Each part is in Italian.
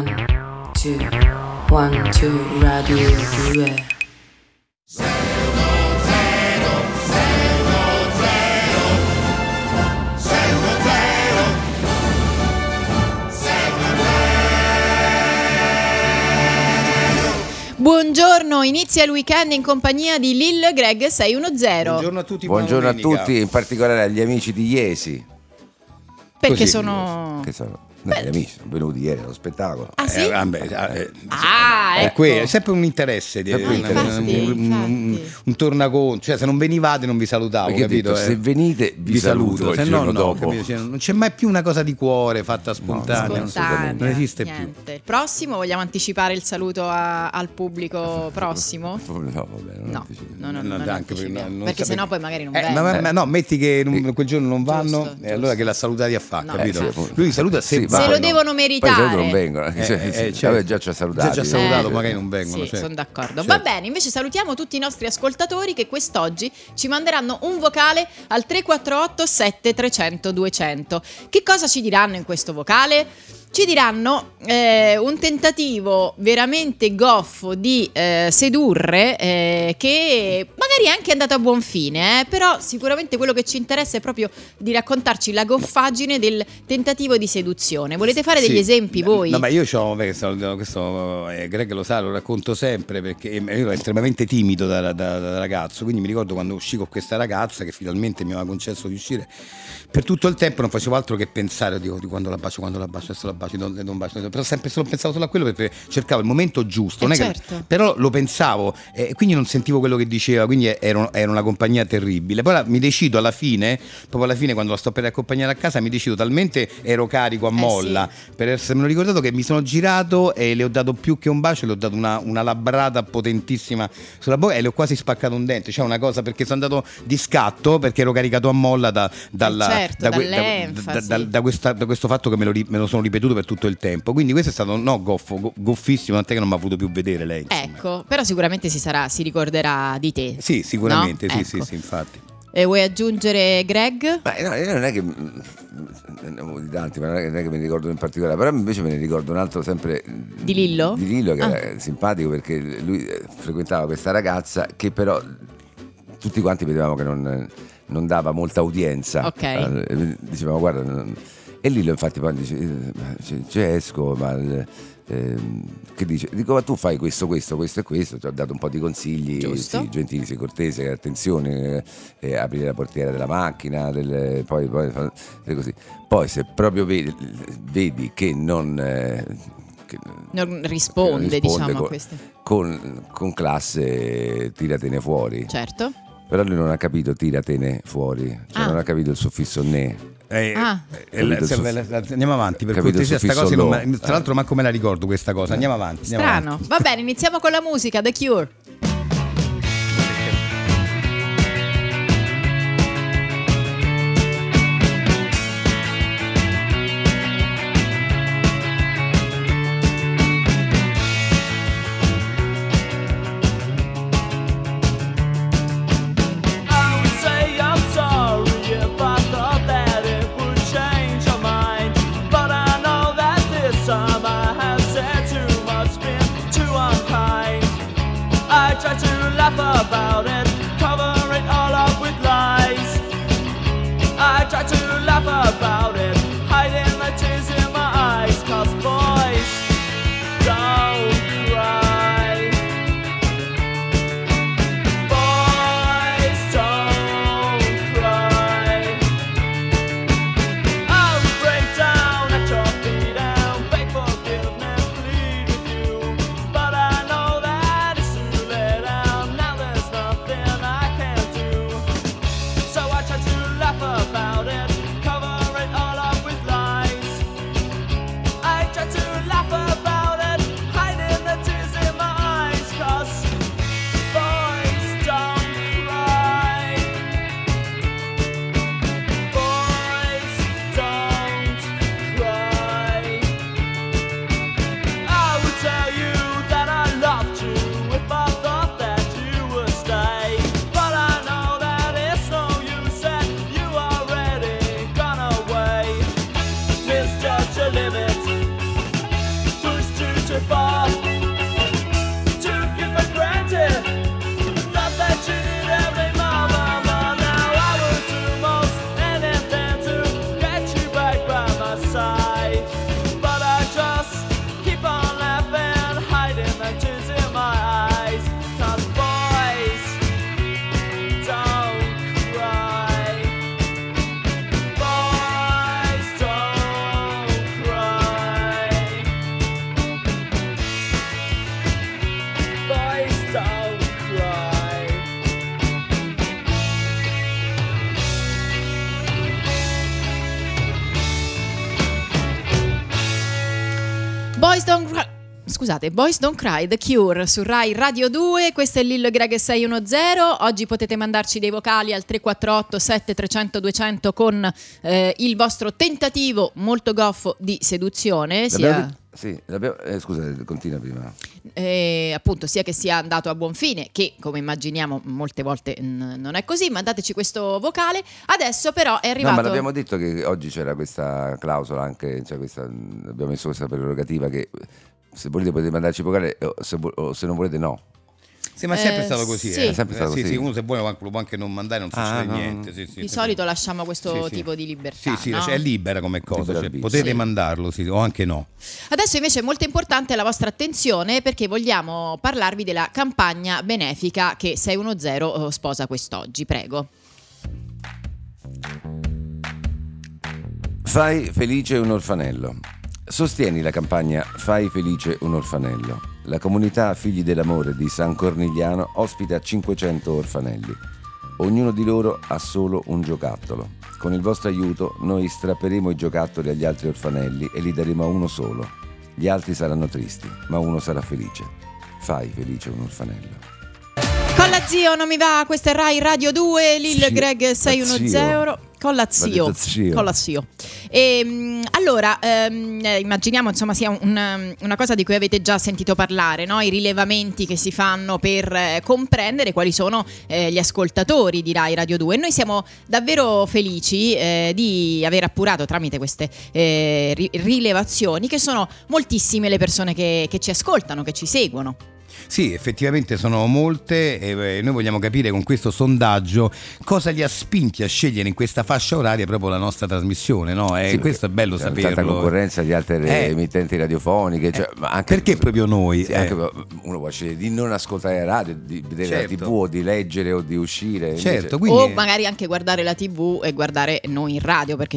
1, 2, 1, 2, radio 2. Buongiorno, inizia il weekend in compagnia di Lil Greg 610. Buongiorno a tutti. Buongiorno a tutti, in particolare agli amici di Iesi. Perché Così, sono... Che sono? No, gli amici sono venuti ieri allo spettacolo. Ah sì? Ecco. È sempre un interesse, infatti. un tornaconto. Cioè, se non venivate non vi salutavo, Perché capito? Detto, se venite vi saluto il giorno dopo. Cioè, non c'è mai più una cosa di cuore fatta spontanea. Spontanea, non esiste niente. più. Il prossimo, vogliamo anticipare il saluto al pubblico prossimo? No, vabbè, non anche anticipiamo, perché sapete. sennò poi magari non vengono. Ma no, metti che quel giorno non vanno, Giusto. e allora che la salutati a fa, No, capito? sì. Lui saluta se Se lo devono Poi meritare. non vengono. certo. Già ci ha salutato. Già ci ha salutato, magari non vengono. Sì, certo. sono d'accordo. Certo. Va bene, invece salutiamo tutti i nostri ascoltatori che quest'oggi ci manderanno un vocale al 348 7300 200. Che cosa ci diranno in questo vocale? Ci diranno un tentativo veramente goffo di sedurre che magari è anche andato a buon fine, però sicuramente quello che ci interessa è proprio di raccontarci la goffaggine del tentativo di seduzione. Volete fare degli esempi voi? No, ma io questo Greg lo sa, lo racconto sempre perché io ero estremamente timido da ragazzo, quindi mi ricordo quando uscì con questa ragazza che finalmente mi aveva concesso di uscire. Per tutto il tempo non facevo altro che pensare di quando la bacio, adesso la bacio, non bacio, però sempre solo pensavo solo a quello perché cercavo il momento giusto, non è certo. che, però lo pensavo e quindi non sentivo quello che diceva, quindi era una compagnia terribile. Poi mi decido alla fine, proprio alla fine quando la sto per accompagnare a casa, mi decido talmente ero carico a molla per essermelo ricordato che mi sono girato e le ho dato più che un bacio, le ho dato una labbrata potentissima sulla bocca e le ho quasi spaccato un dente, cioè una cosa perché sono andato di scatto perché ero caricato a molla da questo fatto che me lo sono ripetuto per tutto il tempo, quindi questo è stato goffissimo, tant'è che non mi ha voluto più vedere lei, insomma. Ecco, però sicuramente si ricorderà di te. Sì, sicuramente, no? sì, Ecco. sì, infatti. Vuoi aggiungere, Greg? Ma no, io non è che ne avevo di tanti, ma non è che me ne ricordo in particolare, però invece me ne ricordo un altro sempre di Lillo che era simpatico perché lui frequentava questa ragazza che però tutti quanti vedevamo che non dava molta udienza. Ok. Dicevamo guarda, e Lillo infatti poi dice esco, ma che dice? Dico ma tu fai questo e questo, ti ho dato un po' di consigli, sì, gentili, sei cortese, attenzione, aprire la portiera della macchina, poi così. Poi se proprio vedi che non risponde diciamo a queste. Con classe tiratene fuori. Certo. Però lui non ha capito tiratene fuori, cioè non ha capito il suffisso ne. Andiamo avanti per cortesia, sta cosa tra l'altro manco me la ricordo questa cosa. Andiamo avanti. Strano. Va bene, iniziamo con la musica, The Cure. I beautiful. Took you for granted. Thought that you did every moment. Now I will do most anything to get you back by my side. But I just keep on laughing, hiding the tears in my eyes. 'Cause boys don't cry. Boys don't cry. Boys don't cry. Boys Don't Cry. Scusate, Boys Don't Cry, The Cure su Rai Radio 2, questo è Lil Greg 610. Oggi potete mandarci dei vocali al 348 7300 200 con il vostro tentativo molto goffo di seduzione, sia Scusa, continua prima. appunto sia che sia andato a buon fine, che come immaginiamo molte volte non è così. Mandateci questo vocale. Adesso però è arrivato. No, ma l'abbiamo detto che oggi c'era questa clausola anche, cioè abbiamo messo questa prerogativa che se volete potete mandarci vocale o se non volete no. Sì, ma è sempre stato così. sì. È sempre stato così. Sì, uno se vuole lo può anche non mandare, non succede niente. Sì, Di solito lasciamo questo tipo di libertà. Sì, no? cioè è libera come cosa, Libera potete mandarlo, sì, o anche no. Adesso invece è molto importante la vostra attenzione, perché vogliamo parlarvi della campagna benefica che 610 sposa quest'oggi. Prego. Fai felice un orfanello. Sostieni la campagna Fai felice un orfanello. La comunità Figli dell'Amore di San Cornigliano ospita 500 orfanelli. Ognuno di loro ha solo un giocattolo. Con il vostro aiuto noi strapperemo i giocattoli agli altri orfanelli e li daremo a uno solo. Gli altri saranno tristi, ma uno sarà felice. Fai felice un orfanello. Con la zio non mi va, questa è Rai Radio 2, Lil Zio, Greg 610. Con la zio. Con la zio. Allora, immaginiamo insomma sia una cosa di cui avete già sentito parlare, no? I rilevamenti che si fanno per comprendere quali sono gli ascoltatori di Rai Radio 2. E noi siamo davvero felici di aver appurato tramite queste rilevazioni che sono moltissime le persone che ci ascoltano, che ci seguono. Sì, effettivamente sono molte e noi vogliamo capire con questo sondaggio cosa li ha spinti a scegliere in questa fascia oraria proprio la nostra trasmissione, no? Sì, questo è bello c'è saperlo. tanta concorrenza di altre emittenti radiofoniche, cioè, ma anche perché proprio noi? Sì, anche uno può scegliere di non ascoltare la radio, di vedere la TV o di leggere o di uscire. Certo, Invece, quindi O magari anche guardare la TV e guardare noi in radio, perché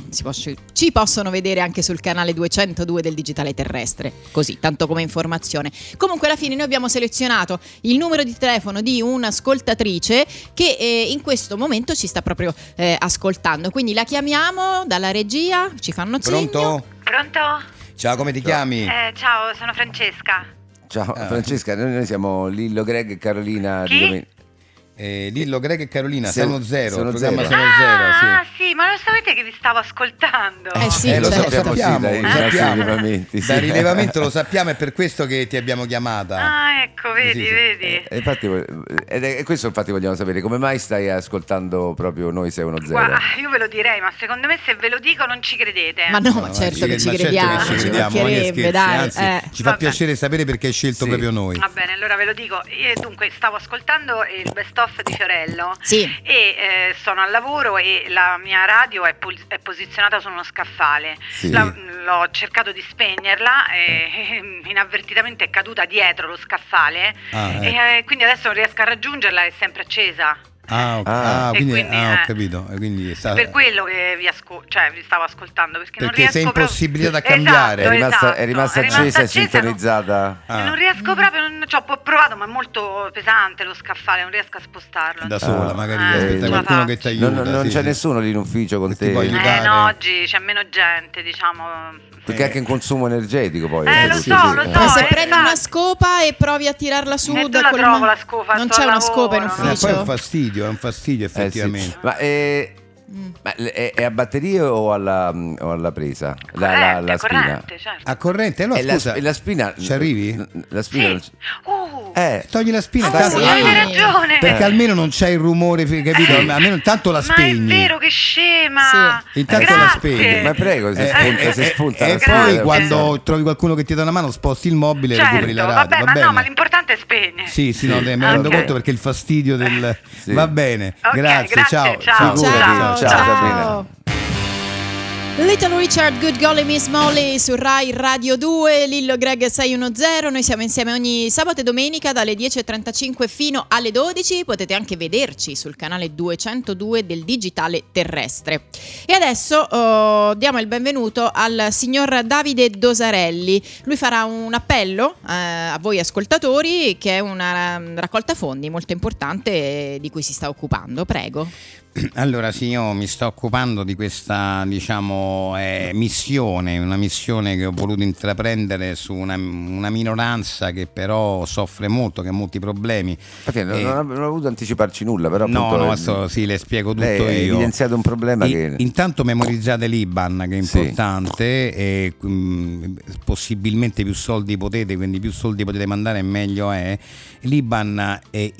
ci possono vedere anche sul canale 202 del digitale terrestre, così, tanto come informazione. Comunque alla fine noi abbiamo selezionato il numero di telefono di un'ascoltatrice che in questo momento ci sta proprio ascoltando, quindi la chiamiamo dalla regia, ci fanno segno. Pronto? Ciao, come ti chiami? Ciao, sono Francesca. ciao Francesca, noi siamo Lillo, Greg e Carolina Chi? di Domenica. Lillo, Greg e Carolina, Sono 0 zero. programma Sono Ah, Zero, sì, ma lo sapete che vi stavo ascoltando? Sì, lo certo. sappiamo, sì, dai nostri rilevamenti, sì. Da rilevamento lo sappiamo, è per questo che ti abbiamo chiamata. Ah, ecco, vedi, Sì. vedi. Infatti, questo infatti vogliamo sapere, come mai stai ascoltando proprio noi 610? Guarda, io ve lo direi, ma secondo me se ve lo dico non ci credete. Ma no, No, certo che ci ma certo crediamo, che ci ci crediamo, ma che mancherebbe, scherzi, dai. anzi, ci fa Vabbè. piacere sapere perché hai scelto Sì. proprio noi. Va bene, allora ve lo dico. Io, dunque, stavo ascoltando il best of di Fiorello. Sì. E sono al lavoro e la mia radio è posizionata su uno scaffale. Sì. L'ho cercato di spegnerla e inavvertitamente è caduta dietro lo scaffale e quindi adesso non riesco a raggiungerla, è sempre accesa. Quindi, quindi, ho capito. Quindi È per quello che vi stavo ascoltando, perché non Perché riesco sei proprio- impossibilità da cambiare. Esatto, È rimasta accesa e sintonizzata. E non riesco proprio, ho provato, ma è molto pesante lo scaffale, non riesco a spostarlo. da sola, magari non aspetta ce la qualcuno che faccio. ti aiuta. Non sì, c'è sì. nessuno lì in ufficio con Che te. ti può aiutare. No, oggi c'è meno gente, diciamo. Perché anche un consumo energetico poi. Lo sì, so, sì. lo so. Ma se No, prendi infatti. una scopa e provi a tirarla su E da tu la quel trovo la scopa, non sto c'è al una scopa in lavoro, Poi è ufficio. un fastidio, Sì. effettivamente. Ma è a batterie o alla presa? La spina? Corrente, certo. A corrente, allora E scusa, la spina ci arrivi? La spina Sì. Togli la spina, Sì, hai ragione. perché almeno non c'è il rumore, capito? Almeno intanto la spegni. Ma è vero, che scema. Intanto Grazie. la spegni. Ma prego, si spunta. E poi quando trovi qualcuno che ti dà una mano, sposti il mobile e recuperi la radio. Vabbè, Va bene? no, ma l'importante è spegnere. Sì, no, me ne rendo conto perché il fastidio del... Sì. Va bene, Ok, grazie, ciao. ciao. Figurati, Ciao, Sabrina. Little Richard, Good Golly Miss Molly su Rai Radio 2, Lillo Greg 610. Noi siamo insieme ogni sabato e domenica dalle 10.35 fino alle 12. Potete anche vederci sul canale 202 del digitale terrestre. E adesso diamo il benvenuto al signor Davide Dosarelli. Lui farà un appello a voi ascoltatori, che è una raccolta fondi molto importante di cui si sta occupando. Prego. Allora sì, io mi sto occupando di questa, diciamo, missione, una missione che ho voluto intraprendere su una minoranza che però soffre molto, che ha molti problemi. Infatti non ho voluto anticiparci nulla, però appunto, no, adesso sì, le spiego tutto lei ha io. evidenziato un problema che... Intanto memorizzate l'IBAN, che è importante, e possibilmente più soldi potete, quindi più soldi potete mandare meglio è. L'IBAN è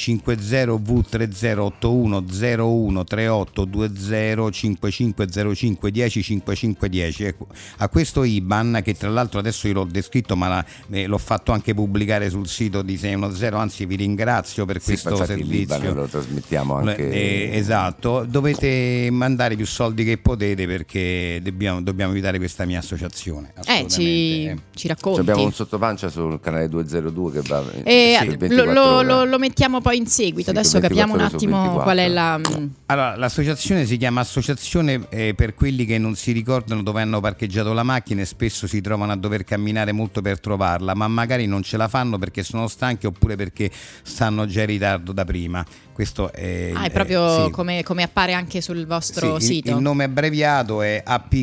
IT50V3081013820550510. Ecco, a questo IBAN, che tra l'altro adesso io l'ho descritto, ma l'ho fatto anche pubblicare sul sito di 610, anzi vi ringrazio per questo servizio. l'IBAN lo trasmettiamo anche. Esatto, dovete mandare più soldi che potete, perché dobbiamo aiutare questa mia associazione. Ci racconti. Abbiamo un sottopancia sul canale 202 che va lo mettiamo poi in seguito. Sì, adesso capiamo un attimo qual è la... Allora, l'associazione si chiama Associazione per quelli che non si ricordano dove hanno parcheggiato la macchina e spesso si trovano a dover camminare molto per trovarla, ma magari non ce la fanno perché sono stanchi oppure perché stanno già in ritardo da prima. Questo è proprio sì. come appare anche sul vostro sito. Il nome abbreviato è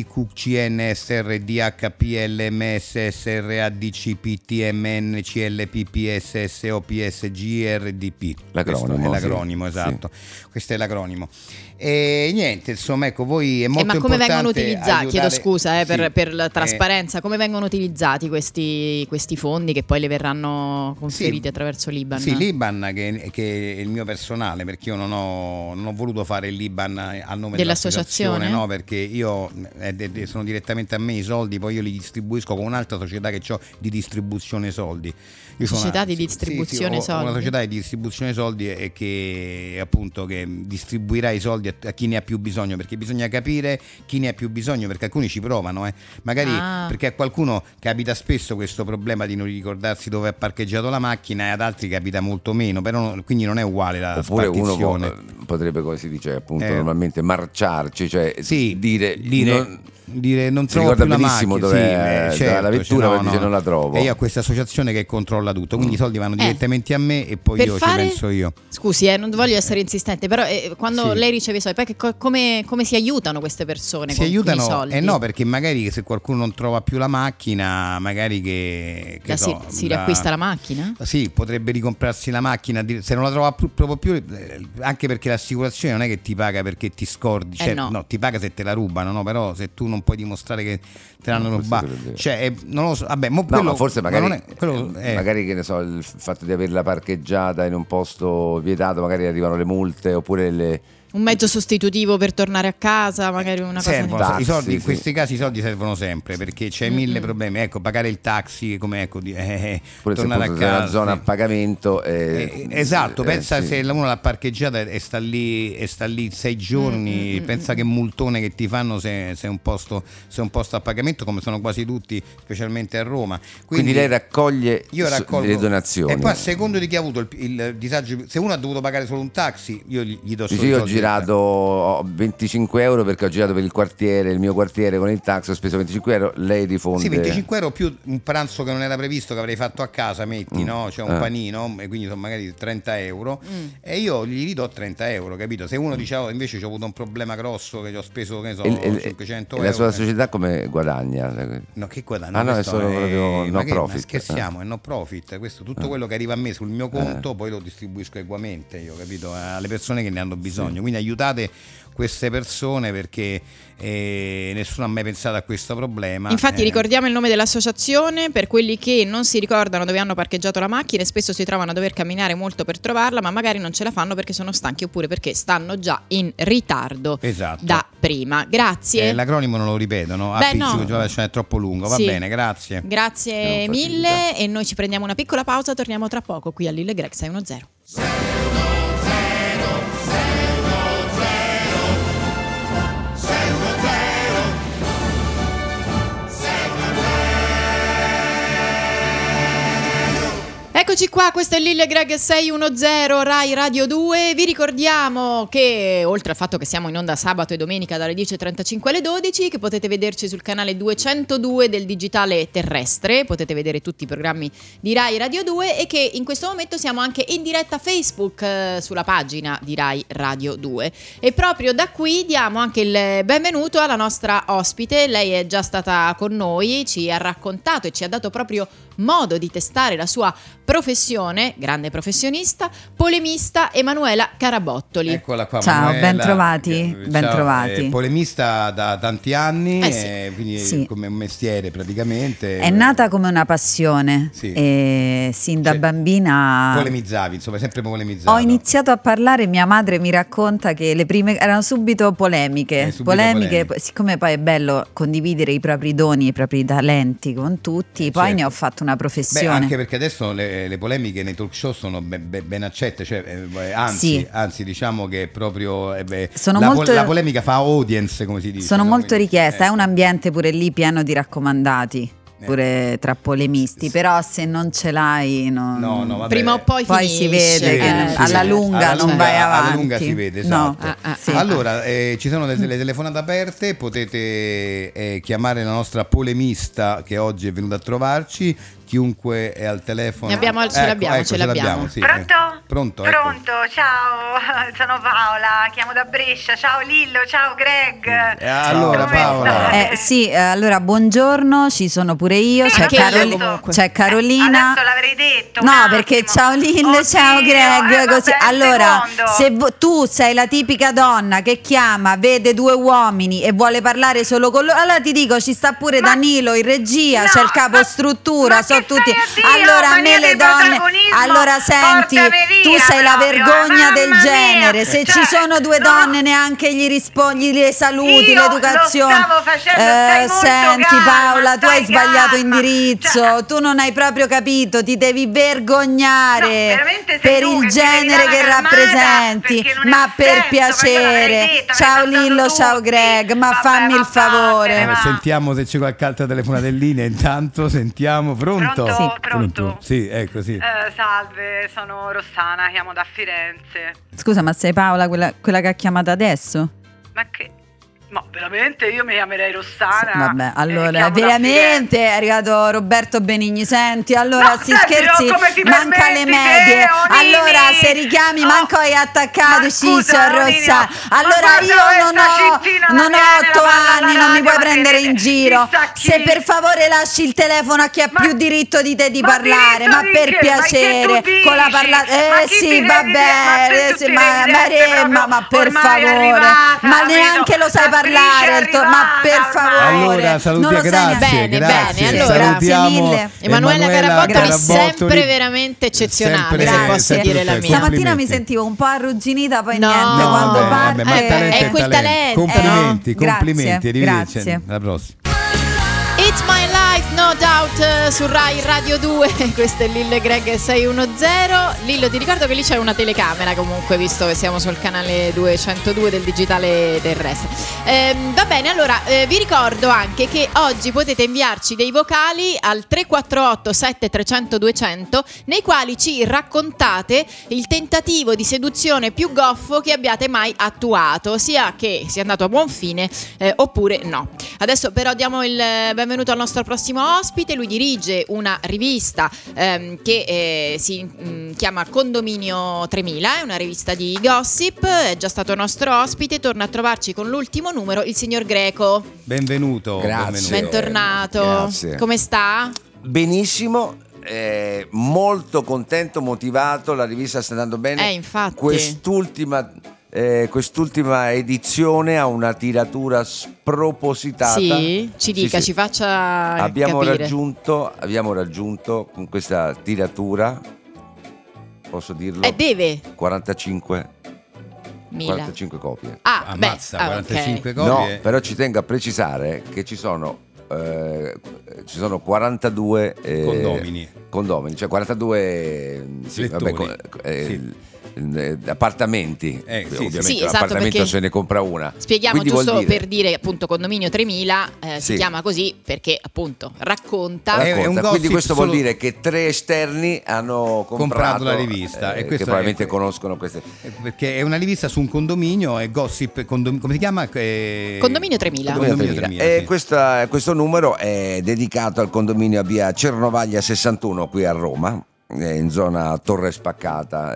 APQCNSRDHPLMSSRADCPTMNCLPPSSOPSGRDP. L'acronimo, esatto. Questo è l'acronimo. E niente, insomma, ecco, voi è molto ma come importante vengono utilizzati? aiutare... Chiedo scusa Sì. per la trasparenza, come vengono utilizzati questi fondi che poi le verranno conferiti attraverso l'IBAN? Sì, l'IBAN che è il mio personale, perché io non ho voluto fare il l'IBAN a nome dell'associazione, no, perché io sono direttamente a me i soldi, poi io li distribuisco con un'altra società che ho di distribuzione soldi. Io società di distribuzione soldi? Una società di distribuzione soldi e che appunto che distribuirà i soldi a chi ne ha più bisogno, perché bisogna capire chi ne ha più bisogno, perché alcuni ci provano, magari perché a qualcuno capita spesso questo problema di non ricordarsi dove ha parcheggiato la macchina e ad altri capita molto meno, però quindi non è uguale la spartizione. Uno potrebbe, come si dice appunto normalmente, marciarci, cioè dire non si trovo ricorda più la benissimo macchina, dov'è la vettura, poi dice non la trovo. E io ho questa associazione che controlla tutto, quindi i soldi vanno direttamente a me e poi io ci penso io. Scusi, non voglio essere insistente, però quando lei riceve i soldi, poi come si aiutano queste persone con i soldi? No, perché magari se qualcuno non trova più la macchina, magari si riacquista la macchina? Sì, potrebbe ricomprarsi la macchina se non la trova proprio più, anche perché l'assicurazione non è che ti paga perché ti scordi, no, ti paga se te la rubano, no, però se tu non puoi dimostrare che te l'hanno rubato, non lo so, vabbè, ma forse magari magari che ne so, il fatto di averla parcheggiata in un posto vietato, magari arrivano le multe oppure un mezzo sostitutivo per tornare a casa, magari una cosa i soldi, in questi casi i soldi servono sempre, perché c'è mille problemi, pagare il taxi, come tornare a casa, una zona a pagamento, esatto, pensa se uno l'ha parcheggiata e sta lì 6 giorni, pensa che multone che ti fanno se è un posto a pagamento, come sono quasi tutti, specialmente a Roma. Quindi lei raccoglie le donazioni, e poi a secondo di chi ha avuto il disagio, se uno ha dovuto pagare solo un taxi, io gli do solo i soldi. Ho girato 25 euro perché ho girato per il mio quartiere con il taxi, ho speso 25 euro, lei rifonde. Sì, 25 euro più un pranzo che non era previsto, che avrei fatto a casa, metti, no? Cioè un panino, e quindi sono magari 30 euro, e io gli ridò 30 euro, capito? Se uno diceva invece ho avuto un problema grosso che gli ho speso, che ne so, 500 euro. La sua società come guadagna? No, che guadagna? No, è solo proprio no profit. Ma scherziamo, è no profit. Questo tutto quello che arriva a me sul mio conto, poi lo distribuisco equamente, io, capito? Alle persone che ne hanno bisogno. Quindi quindi aiutate queste persone perché nessuno ha mai pensato a questo problema. Infatti ricordiamo il nome dell'associazione per quelli che non si ricordano dove hanno parcheggiato la macchina e spesso si trovano a dover camminare molto per trovarla, ma magari non ce la fanno perché sono stanchi oppure perché stanno già in ritardo da prima. Grazie. L'acronimo non lo ripetono, è troppo lungo, va bene, grazie. Grazie mille e noi ci prendiamo una piccola pausa, torniamo tra poco qui a Lille Greg 610. Eccoci qua, questo è Lille Greg 610 Rai Radio 2. Vi ricordiamo che oltre al fatto che siamo in onda sabato e domenica dalle 10.35 alle 12, che potete vederci sul canale 202 del digitale terrestre, potete vedere tutti i programmi di Rai Radio 2 e che in questo momento siamo anche in diretta Facebook sulla pagina di Rai Radio 2. E proprio da qui diamo anche il benvenuto alla nostra ospite. Lei è già stata con noi, ci ha raccontato e ci ha dato proprio modo di testare la sua professione, grande professionista, polemista Emanuela Carabottoli. Eccola qua. Ciao, Manuela, bentrovati. Polemista da tanti anni, quindi sì. come un mestiere praticamente. È nata come una passione, e sin da bambina polemizzavi, insomma, sempre polemizzato. Ho iniziato a parlare, mia madre mi racconta che le prime erano subito polemiche, siccome poi è bello condividere i propri doni, i propri talenti con tutti, poi ne ho fatto una professione. Anche perché adesso le polemiche nei talk show sono ben accette, anzi diciamo che proprio la polemica fa audience, come si dice. Sono molto richiesta, è un ambiente pure lì pieno di raccomandati. Pure tra polemisti, però se non ce l'hai prima o poi si vede che alla lunga non vai avanti. Alla lunga si vede, esatto. Sì. Allora ci sono delle telefonate aperte, potete chiamare la nostra polemista che oggi è venuta a trovarci. Chiunque è al telefono. Ce l'abbiamo. Sì. Pronto? Ecco. Ciao, sono Paola, chiamo da Brescia. Ciao Lillo, ciao Greg. Allora Paola. Allora buongiorno, ci sono pure io, c'è Carolina. Adesso l'avrei detto. No, perché ciao Lillo, ciao Greg, così. Allora, se tu sei la tipica donna che chiama, vede due uomini e vuole parlare solo con loro, allora ti dico, ci sta pure Danilo in regia, c'è il capo struttura, tutti. Allora a me le donne, allora senti, tu sei la vergogna del genere, se ci sono due donne neanche gli rispondi, le saluti, l'educazione. Senti Paola, tu hai sbagliato indirizzo, tu non hai proprio capito, ti devi vergognare per il genere che rappresenti, ma per piacere. Ciao Lillo, ciao Greg, ma fammi il favore. Sentiamo se c'è qualche altra telefonata in linea, intanto sentiamo. Pronto? Pronto? Sì, ecco, sì. Salve, sono Rossana, chiamo da Firenze. Scusa, ma sei Paola, quella che ha chiamato adesso? Ma che... Ma veramente io mi chiamerei Rossana. Vabbè, allora veramente è arrivato Roberto Benigni. Senti, allora si scherzi, manca le medie. Allora se richiami manco hai attaccato, Rossana. Allora io non ho 8 anni, non mi puoi prendere in giro. Se per favore lasci il telefono a chi ha più diritto di te di parlare, ma per piacere, con la parlata. Sì, vabbè, ma per favore, ma neanche lo sai parlare, ma per favore. Allora saluti, grazie. Bene. Allora salutiamo Emanuela Carabottoli, sempre veramente eccezionale, se posso dire la mia. Stamattina mi sentivo un po' arrugginita, poi niente, quando parte è quel talento. Complimenti, grazie. Alla prossima. It's My Life, No Doubt su Rai Radio 2. Questo è Lille Greg 610. Lillo, ti ricordo che lì c'è una telecamera comunque, visto che siamo sul canale 202 del digitale terrestre. Va bene, allora vi ricordo anche che oggi potete inviarci dei vocali al 348 7300 200 nei quali ci raccontate il tentativo di seduzione più goffo che abbiate mai attuato, sia che sia andato a buon fine oppure no. Adesso però diamo il benvenuto al nostro prossimo ospite. Lui dirige una rivista che si chiama Condominio 3000, è una rivista di gossip, è già stato nostro ospite, torna a trovarci con l'ultimo numero il signor Greco. Benvenuto. Grazie. Bentornato. Grazie. Come sta? Benissimo. Molto contento, motivato, la rivista sta andando bene. Infatti. Quest'ultima quest'ultima edizione ha una tiratura spropositata. Sì, ci dica, ci faccia abbiamo capire. raggiunto con questa tiratura, posso dirlo? Deve 45 Mila. copie. Ammazza, 45 No, copie. però ci tengo a precisare che ci sono 42 condomini, cioè 42 appartamenti. Ovviamente sì, esatto, l'appartamento perché se ne compra una. Spieghiamo Quindi giusto vuol dire, per dire appunto condominio 3000 si chiama così perché appunto racconta. È un quindi questo solo- vuol dire che 3 esterni hanno comprato la rivista e che questo probabilmente conoscono queste. Perché è una rivista su un condominio, è gossip, come si chiama? Condominio 3000. Condominio 3000, E sì. questo numero è dedicato al condominio a via Cernovaglia 61 qui a Roma, in zona Torre Spaccata,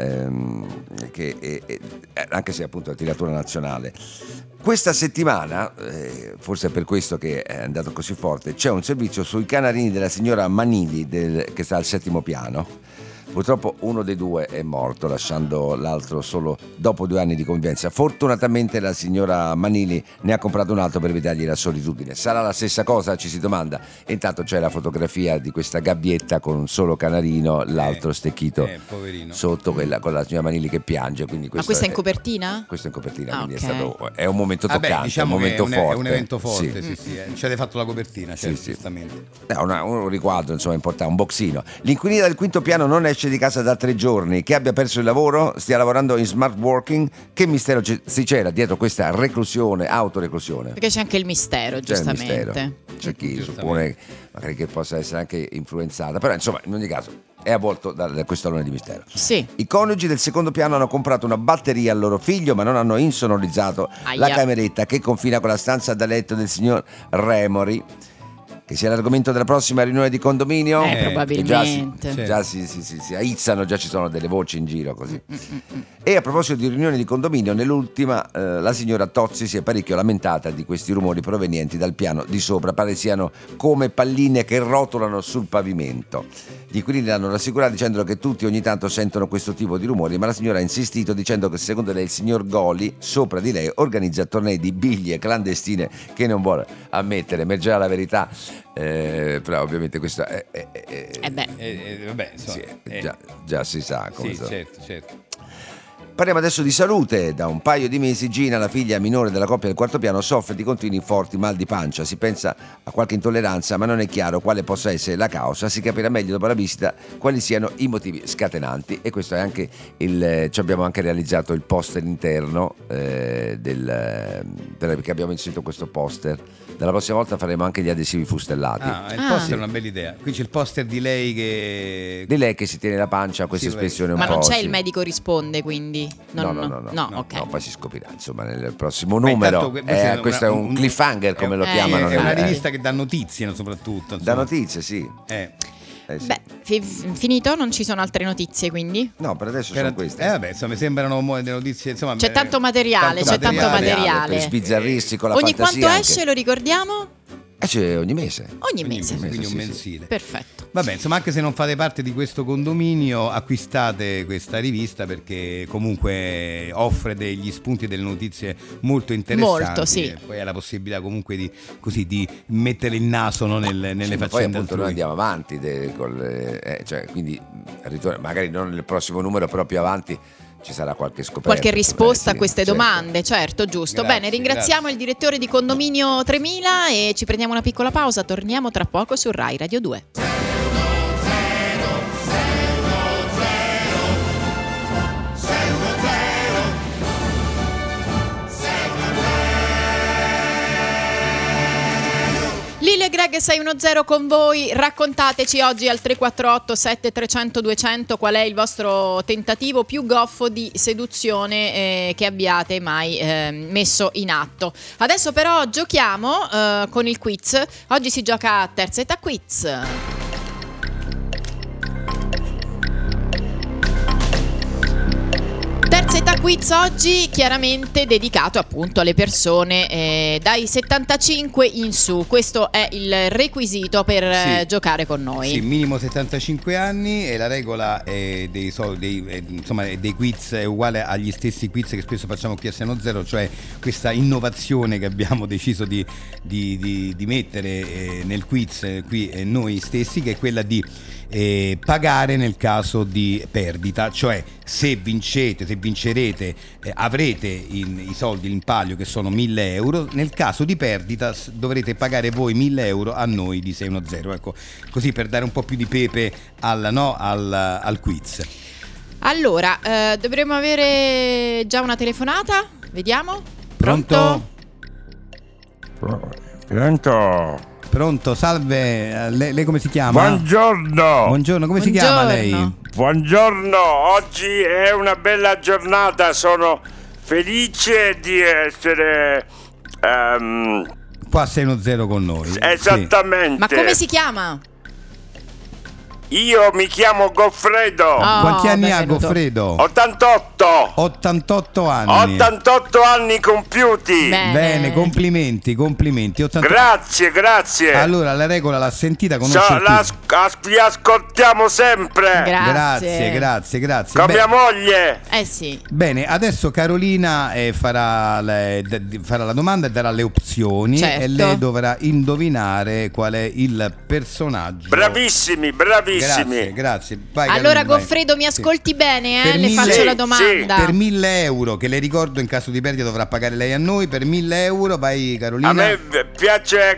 anche se appunto è tiratura nazionale. Questa settimana, forse è per questo che è andato così forte, c'è un servizio sui canarini della signora Manili che sta al 7° piano. Purtroppo uno dei due è morto, lasciando l'altro solo dopo 2 anni di convivenza. Fortunatamente la signora Manili ne ha comprato un altro per evitargli la solitudine. Sarà la stessa cosa? Ci si domanda. E intanto c'è la fotografia di questa gabbietta con un solo canarino, l'altro stecchito sotto, quella con la signora Manili che piange. Quindi Ma questa è in copertina? Questo è in copertina, quindi ok. è un momento toccante, diciamo un momento che forte. è un evento forte, Sì. sì. Ci avete fatto la copertina, certo, Sì. giustamente. Un riquadro, insomma, importante, un boxino. L'inquilina del 5° piano non esce di casa da 3 giorni. Che abbia perso il lavoro, stia lavorando in smart working. Che mistero si c'era dietro questa autoreclusione? Perché c'è anche il mistero, C'è il giustamente. mistero. C'è chi suppone magari che possa essere anche influenzata, però insomma in ogni caso è avvolto da questo alone di mistero. Sì. I coniugi del 2° piano hanno comprato una batteria al loro figlio, ma non hanno insonorizzato Aia. la cameretta che confina con la stanza da letto del signor Remori. Che sia l'argomento della prossima riunione di condominio? Probabilmente. Che già si aizzano, già ci sono delle voci in giro così. E a proposito di riunioni di condominio, nell'ultima la signora Tozzi si è parecchio lamentata di questi rumori provenienti dal piano di sopra, pare siano come palline che rotolano sul pavimento. Gli inquilini l'hanno rassicurata dicendo che tutti ogni tanto sentono questo tipo di rumori, ma la signora ha insistito dicendo che secondo lei il signor Goli sopra di lei organizza tornei di biglie clandestine che non vuole ammettere. Emergerà la verità, però ovviamente questo Vabbè, insomma, già si sa come sì, certo. Parliamo adesso di salute. Da un paio di mesi Gina, la figlia minore della coppia del 4° piano, soffre di continui forti mal di pancia. Si pensa a qualche intolleranza, ma non è chiaro quale possa essere la causa. Si capirà meglio dopo la visita quali siano i motivi scatenanti. E questo è anche ci abbiamo anche realizzato il poster interno perché abbiamo inserito questo poster. Dalla prossima volta faremo anche gli adesivi fustellati. Il poster è una bella idea. Qui c'è il poster di lei che si tiene la pancia, questa espressione un Ma po'. non c'è sì. il medico risponde, quindi? No, ok. no, poi si scoprirà insomma nel prossimo numero. Questo è un cliffhanger, come lo chiamano. È una rivista che dà notizie, soprattutto. Da notizie, sì. Sì. Beh, finito? Non ci sono altre notizie, quindi? No, per adesso sono queste. Vabbè, insomma, mi sembrano delle notizie. Insomma, C'è tanto materiale, Per sbizzarrirsi con la Ogni fantasia. quanto anche. esce, lo ricordiamo? Esce ogni mese. Ogni mese. Quindi sì, un mensile. Perfetto. Vabbè, insomma, anche se non fate parte di questo condominio, acquistate questa rivista perché comunque offre degli spunti e delle notizie molto interessanti. Molto, sì. E poi hai la possibilità comunque di mettere il naso, no, nelle Sì, ma faccende poi appunto altrui. noi andiamo avanti quindi magari non nel prossimo numero, però più avanti ci sarà qualche scoperta. Qualche risposta sì, a queste certo. domande, certo, giusto. Grazie, Bene, ringraziamo il direttore di Condominio 3000 e ci prendiamo una piccola pausa. Torniamo tra poco su Rai Radio 2. Lillo e Greg 610 con voi, raccontateci oggi al 348 7300 200 qual è il vostro tentativo più goffo di seduzione che abbiate mai messo in atto. Adesso però giochiamo con il quiz. Oggi si gioca a terza età quiz. Terza età quiz oggi chiaramente dedicato appunto alle persone dai 75 in su. Questo è il requisito per giocare con noi. Sì, minimo 75 anni, e la regola dei quiz è uguale agli stessi quiz che spesso facciamo qui a 610, cioè questa innovazione che abbiamo deciso di mettere nel quiz qui noi stessi, che è quella di pagare nel caso di perdita, cioè se vincerete avrete i soldi in palio, che sono 1.000 euro. Nel caso di perdita dovrete pagare voi 1.000 euro a noi di 610, ecco, così per dare un po' più di pepe al quiz. Allora, dovremmo avere già una telefonata, vediamo. Pronto? Pronto, salve, lei come si chiama? Buongiorno, come si chiama lei? Buongiorno, oggi è una bella giornata, sono felice di essere qua a 610 con noi. Esattamente. Ma come si chiama? Io mi chiamo Goffredo. Quanti anni benvenuto. ha Goffredo? 88 anni. 88 anni compiuti. Bene, complimenti. 88. Grazie. Allora, la regola l'ha sentita, conosce vi ascoltiamo sempre. Grazie. Grazie. Con mia moglie. Sì. Bene, adesso Carolina farà la domanda e darà le opzioni, certo. E lei dovrà indovinare qual è il personaggio. Bravissimi. Grazie. Vai, Allora, Carolina, Goffredo, mi ascolti bene, Per le 1.000 faccio la domanda. Per 1.000 euro, che le ricordo in caso di perdita dovrà pagare lei a noi, per 1.000 euro, vai Carolina. A me piace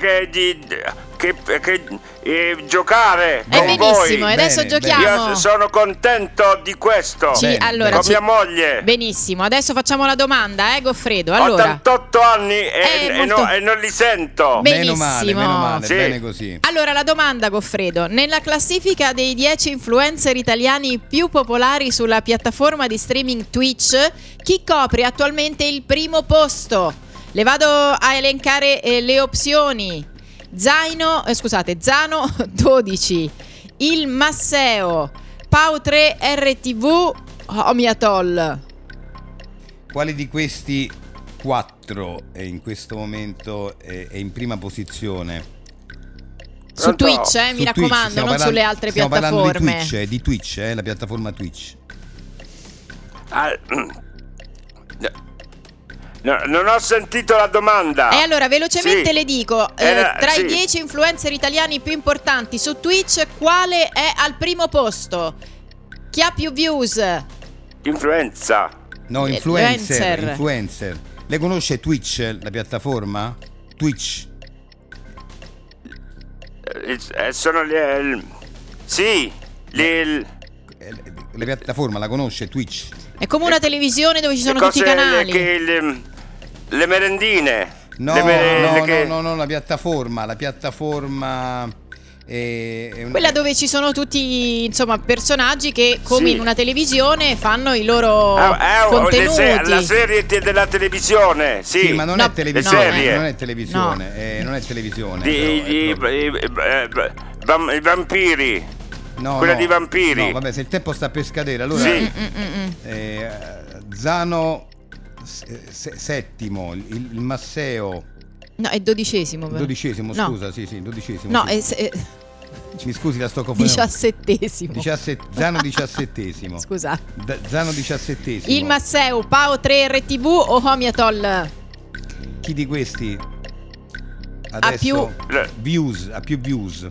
giocare con benissimo, voi. adesso giochiamo. Io sono contento di questo. Allora, con mia moglie. Benissimo, adesso facciamo la domanda, Goffredo. Allora, 88 anni e non li sento. Benissimo. Meno male, Sì. bene così. Allora, la domanda, Goffredo: nella classifica dei 10 influencer italiani più popolari sulla piattaforma di streaming Twitch, chi copre attualmente il primo posto? Le vado a elencare le opzioni. Zano 12, il Masseo, Pau 3 RTV, Omiatol. Quale di questi 4 è in questo momento è in prima posizione? Su Twitch, mi Su raccomando, Twitch, non sulle altre piattaforme. Stiamo parlando di Twitch, la piattaforma Twitch. No, non ho sentito la domanda. E allora velocemente le dico, tra sì. i 10 influencer italiani più importanti su Twitch, quale è al primo posto? Chi ha più views? Influenza. No, influencer. Le conosce Twitch, la piattaforma? Twitch. Sono la piattaforma la conosce Twitch? È come una televisione dove ci sono tutti i canali. Le merendine. No, la piattaforma quella dove ci sono tutti, insomma, personaggi che come in una televisione fanno i loro contenuti. La serie della televisione, sì, ma non è televisione, non è televisione. I vampiri. Quella di vampiri. No, vabbè, se il tempo sta per scadere, allora Zano settimo, il Masseo. No, è 12esimo. 12esimo, no. Scusa, sì, 12esimo. No, sì. Mi scusi, la sto confondendo. 17esimo. Zano 17esimo. Scusa. Zano 17esimo. Il Masseo, Pau 3 RTV o Omiatol? Chi di questi adesso ha più views?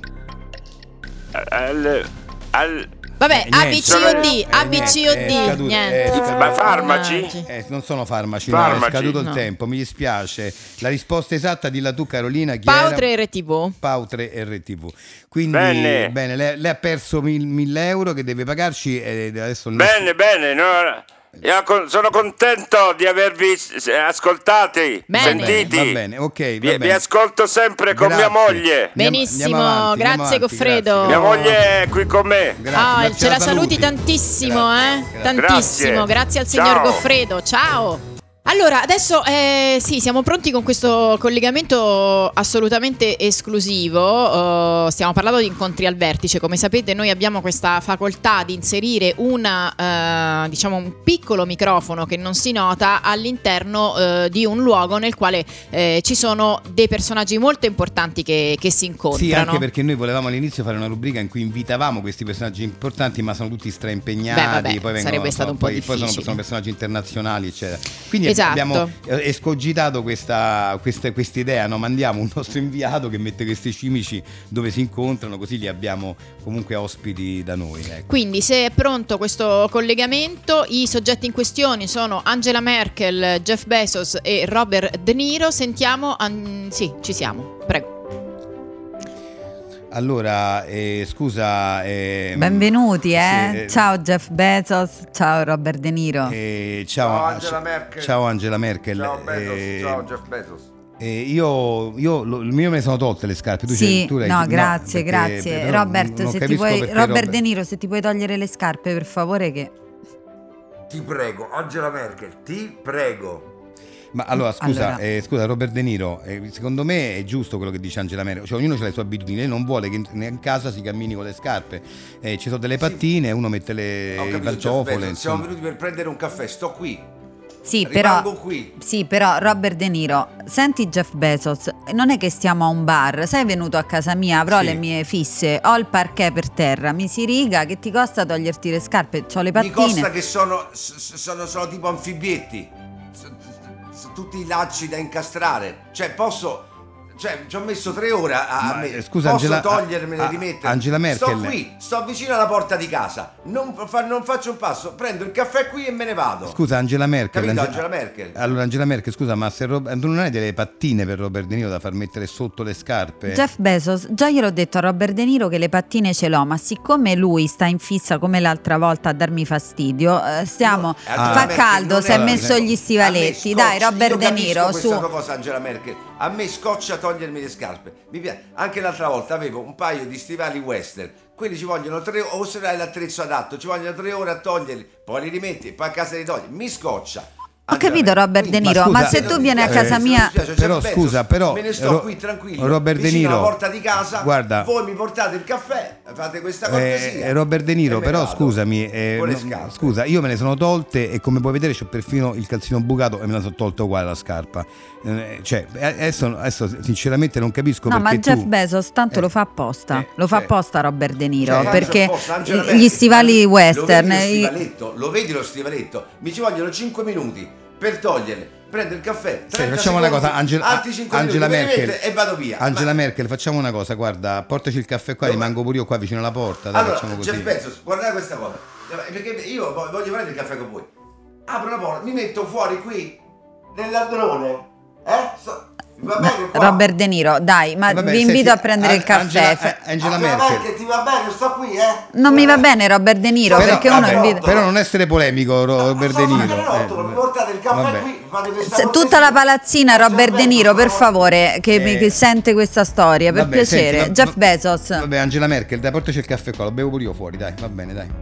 Vabbè, ABC o D, ABC o D, niente. Ma farmaci? Non sono farmaci, no, è scaduto il tempo, mi dispiace. La risposta esatta dilla tu, Carolina, chi Pau era? 3 RTV. Pau 3 RTV. Quindi bene, lei ha perso 1.000 euro che deve pagarci e adesso bene, no. Io sono contento di avervi ascoltati, sentiti. Va bene, ok. Vi ascolto sempre con mia moglie. Benissimo, grazie Goffredo. Mia moglie è qui con me. Ce la saluti tantissimo, tantissimo. Grazie al signor Goffredo. Ciao. Allora, adesso sì, siamo pronti con questo collegamento assolutamente esclusivo. Stiamo parlando di incontri al vertice. Come sapete, noi abbiamo questa facoltà di inserire diciamo un piccolo microfono che non si nota all'interno di un luogo nel quale ci sono dei personaggi molto importanti che si incontrano. Sì, anche perché noi volevamo all'inizio fare una rubrica in cui invitavamo questi personaggi importanti, ma sono tutti straimpegnati. Poi sarebbe stato un po' difficile. Poi sono personaggi internazionali, eccetera. Quindi Esatto. abbiamo escogitato questa idea, no? Mandiamo un nostro inviato che mette questi cimici dove si incontrano, così li abbiamo comunque ospiti da noi. Ecco. Quindi, se è pronto questo collegamento, i soggetti in questione sono Angela Merkel, Jeff Bezos e Robert De Niro. Sentiamo, sì, ci siamo, prego. Allora, scusa. Benvenuti, sì, ciao Jeff Bezos, ciao Robert De Niro. Ciao Angela Merkel. Ciao Angela Merkel. Ciao Bezos, ciao Jeff Bezos. Io il mio me ne sono tolte le scarpe. Tu Sì, tu no, grazie, perché, grazie. però Robert, non se ti puoi, perché Robert De Niro, se ti puoi togliere le scarpe, per favore, che... Ti prego, Angela Merkel, ti prego. Ma allora scusa Robert De Niro, secondo me è giusto quello che dice Angela Merkel, cioè ognuno ha le sue abitudini, lei non vuole che in casa si cammini con le scarpe, ci sono delle pattine, uno mette i pantofole. Siamo venuti per prendere un caffè, sto qui. Sì, Rimango qui. Sì, però Robert De Niro, senti Jeff Bezos, non è che stiamo a un bar, sei venuto a casa mia, avrò le mie fisse, ho il parquet per terra, mi si riga, che ti costa toglierti le scarpe, c'ho le pattine. Mi costa che sono tipo anfibietti. Tutti i lacci da incastrare, cioè posso, ci ho messo 3 ore scusa, posso togliermene e rimettere. Angela Merkel, sto qui, sto vicino alla porta di casa, non faccio un passo, prendo il caffè qui e me ne vado. Scusa Angela Merkel, capito, Angela Merkel? Allora Angela Merkel, scusa, ma se non hai delle pattine per Robert De Niro da far mettere sotto le scarpe? Jeff Bezos, già gliel'ho detto a Robert De Niro che le pattine ce l'ho, ma siccome lui sta in fissa come l'altra volta a darmi fastidio, fa caldo, si è messo gli stivaletti, dai Robert De Niro, su. Cosa, Angela Merkel, a me scoccia togliermi le scarpe, mi piace. Anche l'altra volta avevo un paio di stivali western, quelli ci vogliono 3 ore, o se hai l'attrezzo adatto ci vogliono 3 ore a toglierli, poi li rimetti, poi a casa li togli, mi scoccia. Ho capito Robert De Niro, ma se tu vieni a casa mia... Però scusa, però me ne sto qui tranquillo, Robert De vicino Niro, alla porta di casa, guarda, voi mi portate il caffè, fate questa cortesia. Robert De Niro, però scusami, scusa, io me ne sono tolte e come puoi vedere c'ho perfino il calzino bucato e me la sono tolto uguale la scarpa. Cioè, adesso sinceramente non capisco perché ma Jeff Bezos tanto lo fa apposta, fa apposta Robert De Niro, perché Angela gli stivali western... Lo vedi lo stivaletto? Mi ci vogliono 5 minuti per toglierli, prendo il caffè, facciamo una cosa, Angela Merkel, e vado via. Angela Merkel, facciamo una cosa, guarda, portaci il caffè qua, rimango pure io qua vicino alla porta, dai, allora, facciamo così. Jeff Bezos, guardate questa cosa, perché io voglio prendere il caffè con voi, apro la porta, mi metto fuori qui nel ladrone, va bene qua? Robert De Niro, dai, ma vi invito a prendere il caffè. Angela Merkel, ti va bene, sto qui, Non mi va bene Robert De Niro, perché uno invita... Però non essere polemico, Robert De Niro. Mi portate il caffè qui, fate questa tutta la palazzina Robert De Niro, per favore, che sente questa storia, per piacere. Senti, Jeff Bezos. Vabbè, Angela Merkel, dai, portaci il caffè qua, lo bevo pure io fuori, dai, va bene, dai.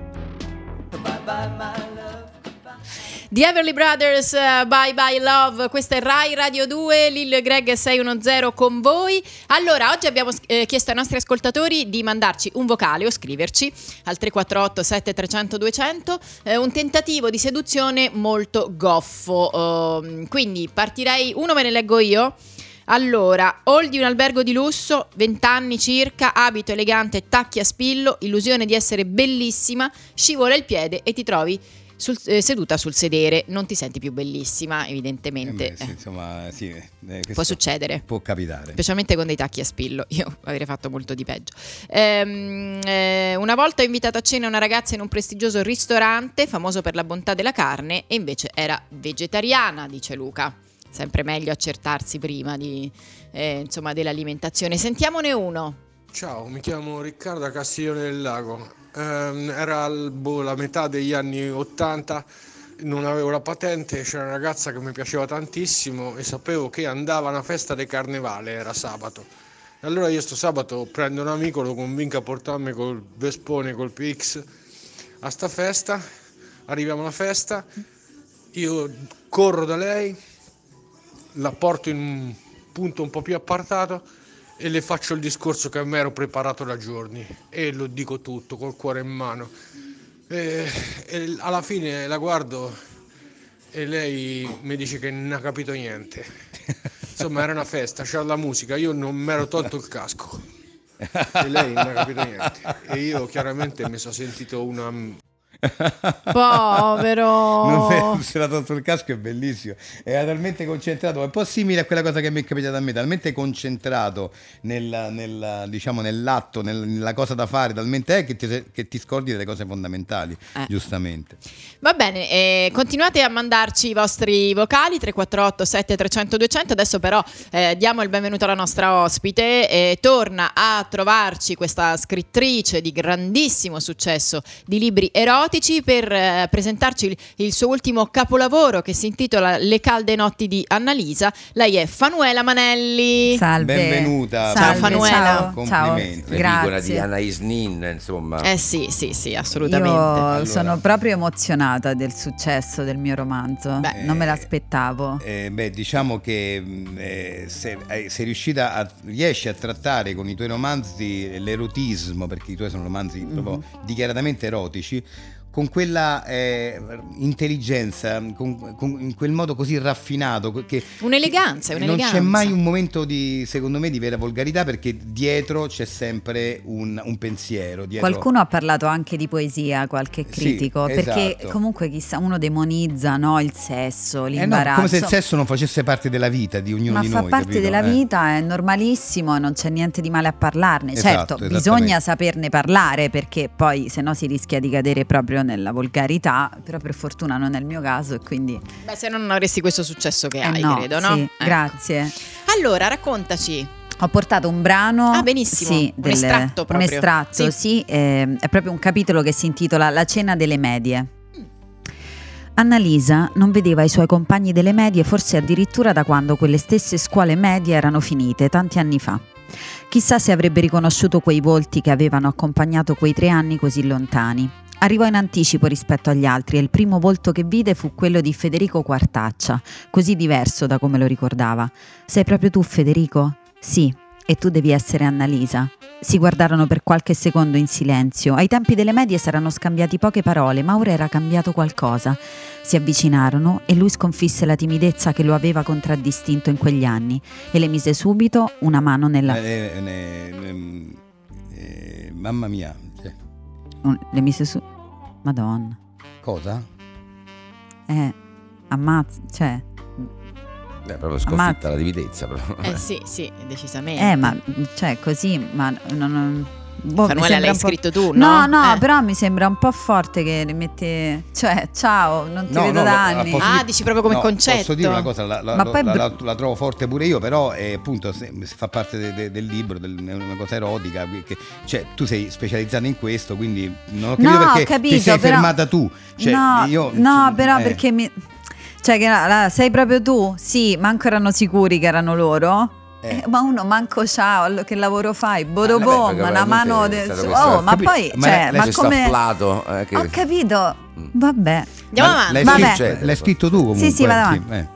The Everly Brothers, Bye Bye Love, questa è Rai Radio 2, Lil Greg 610 con voi. Allora, oggi abbiamo chiesto ai nostri ascoltatori di mandarci un vocale o scriverci al 348 7300 200, un tentativo di seduzione molto goffo. Quindi partirei, uno me ne leggo io. Allora, hall di un albergo di lusso, 20 anni circa, abito elegante, tacchi a spillo, illusione di essere bellissima, scivola il piede e ti trovi seduta sul sedere, non ti senti più bellissima, evidentemente. Sì, insomma, sì, può succedere, può capitare, specialmente con dei tacchi a spillo. Io avrei fatto molto di peggio. Una volta ho invitato a cena una ragazza in un prestigioso ristorante famoso per la bontà della carne e invece era vegetariana, dice Luca. Sempre meglio accertarsi prima insomma, dell'alimentazione. Sentiamone uno. Ciao, mi chiamo Riccardo da Castiglione del Lago. Era la metà degli anni 80, non avevo la patente, c'era una ragazza che mi piaceva tantissimo e sapevo che andava a una festa di carnevale, era sabato. E allora io sto sabato prendo un amico, lo convinco a portarmi col Vespone, col PX a sta festa. Arriviamo alla festa, io corro da lei, la porto in un punto un po' più appartato e le faccio il discorso che mi ero preparato da giorni e lo dico tutto col cuore in mano. E alla fine la guardo e lei mi dice che non ha capito niente. Insomma, era una festa, c'era la musica, io non mi ero tolto il casco e lei non ha capito niente. E io chiaramente mi sono sentito una... Povero. Non si era tolto il casco, è bellissimo. Era talmente concentrato, è un po' simile a quella cosa che mi è capitata a me, talmente concentrato diciamo, nell'atto, nella cosa da fare, talmente è che ti scordi delle cose fondamentali, giustamente. Va bene, continuate a mandarci i vostri vocali 348 7300 200. Adesso però diamo il benvenuto alla nostra ospite. Torna a trovarci questa scrittrice di grandissimo successo di libri erotici per presentarci il suo ultimo capolavoro che si intitola Le calde notti di Annalisa. Lei è Fanuela Manelli. Salve. Benvenuta. Ciao Fanuela. Ciao. Complimenti. L'edicola di Anais Nin, insomma. Sì, assolutamente. Io sono proprio emozionata del successo del mio romanzo. Non me l'aspettavo. Diciamo che riesci a trattare con i tuoi romanzi l'erotismo, perché i tuoi sono romanzi proprio dichiaratamente erotici, con quella intelligenza, in quel modo così raffinato, che un'eleganza. Non c'è mai un momento secondo me di vera volgarità, perché dietro c'è sempre un pensiero dietro. Qualcuno ha parlato anche di poesia, qualche critico, sì, perché esatto. comunque uno demonizza, no, il sesso, l'imbarazzo. Come se il sesso non facesse parte della vita di ognuno di noi. Ma fa parte capito? della vita, è normalissimo e non c'è niente di male a parlarne. Esatto, certo, bisogna saperne parlare, perché poi se no si rischia di cadere proprio nella volgarità, però per fortuna non è il mio caso e quindi... se no non avresti questo successo che hai, credo, no? Sì, Ecco. Grazie. Allora, raccontaci. Ho portato un brano. Ah, benissimo. Sì, un estratto proprio. Un estratto, sì, è proprio un capitolo che si intitola La cena delle medie. Annalisa non vedeva i suoi compagni delle medie forse addirittura da quando quelle stesse scuole medie erano finite, tanti anni fa. Chissà se avrebbe riconosciuto quei volti che avevano accompagnato quei 3 anni così lontani. Arrivò in anticipo rispetto agli altri e il primo volto che vide fu quello di Federico Quartaccia, così diverso da come lo ricordava. Sei proprio tu, Federico? Sì, e tu devi essere Annalisa. Si guardarono per qualche secondo in silenzio. Ai tempi delle medie s'erano scambiati poche parole, ma ora era cambiato qualcosa. Si avvicinarono e lui sconfisse la timidezza che lo aveva contraddistinto in quegli anni e le mise subito una mano nella... Mamma mia. Le mise su... Madonna. Cosa? Ammazza, cioè... proprio sconfitta la timidezza. Sì, decisamente. Ma cioè così, ma non... Fanuela l'hai scritto tu, no? No, però mi sembra un po' forte che le mette... Cioè, ciao, non ti vedo da anni. Dici proprio come concetto. Posso dire una cosa, la trovo forte pure io, però appunto se fa parte del libro, è una cosa erotica, cioè tu sei specializzata in questo, quindi non ho capito perché ti sei fermata tu. Cioè, perché cioè che sei proprio tu? Sì, manco erano sicuri che erano loro. Ma uno manco ciao, che lavoro fai? Bodobom, una mano ma poi ma come afflato, ho capito. Vabbè. Andiamo avanti. L'hai scritto tu comunque. Sì, vado avanti.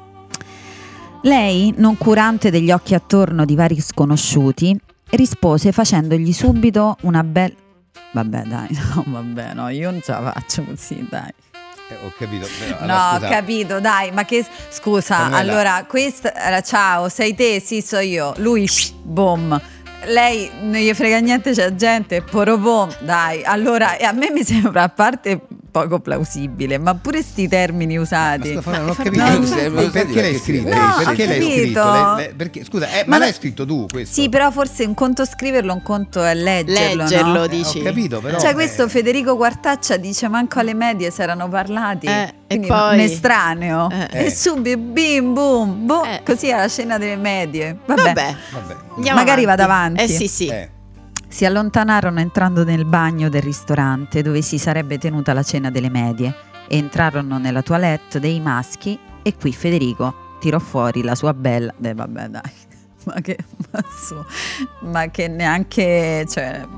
Lei, non curante degli occhi attorno di vari sconosciuti, rispose facendogli subito una bella... Vabbè, dai, no, io non ce la faccio così, dai. Ho capito. Ho capito, dai, ma che scusa, Fanuela. Allora, questa era ciao, sei te, sì, so io. Lui, boom. Lei non gli frega niente, c'è gente, porobom, dai. Allora, a me mi sembra, a parte poco plausibile, ma pure sti termini usati. Ma non ho capito perché l'hai scritto? Perché l'hai scritto? Perché, scusa, ma l'hai scritto tu questo? Sì, però forse un conto scriverlo, un conto è leggerlo, no? Dici. Ho capito, però. Cioè questo Federico Quartaccia dice manco alle medie si erano parlati. E poi un estraneo e subito bim bum così alla cena delle medie. Vabbè. Magari vado avanti. Sì. Si allontanarono entrando nel bagno del ristorante dove si sarebbe tenuta la cena delle medie e entrarono nella toilette dei maschi e qui Federico tirò fuori la sua bella... vabbè dai, ma che neanche... cioè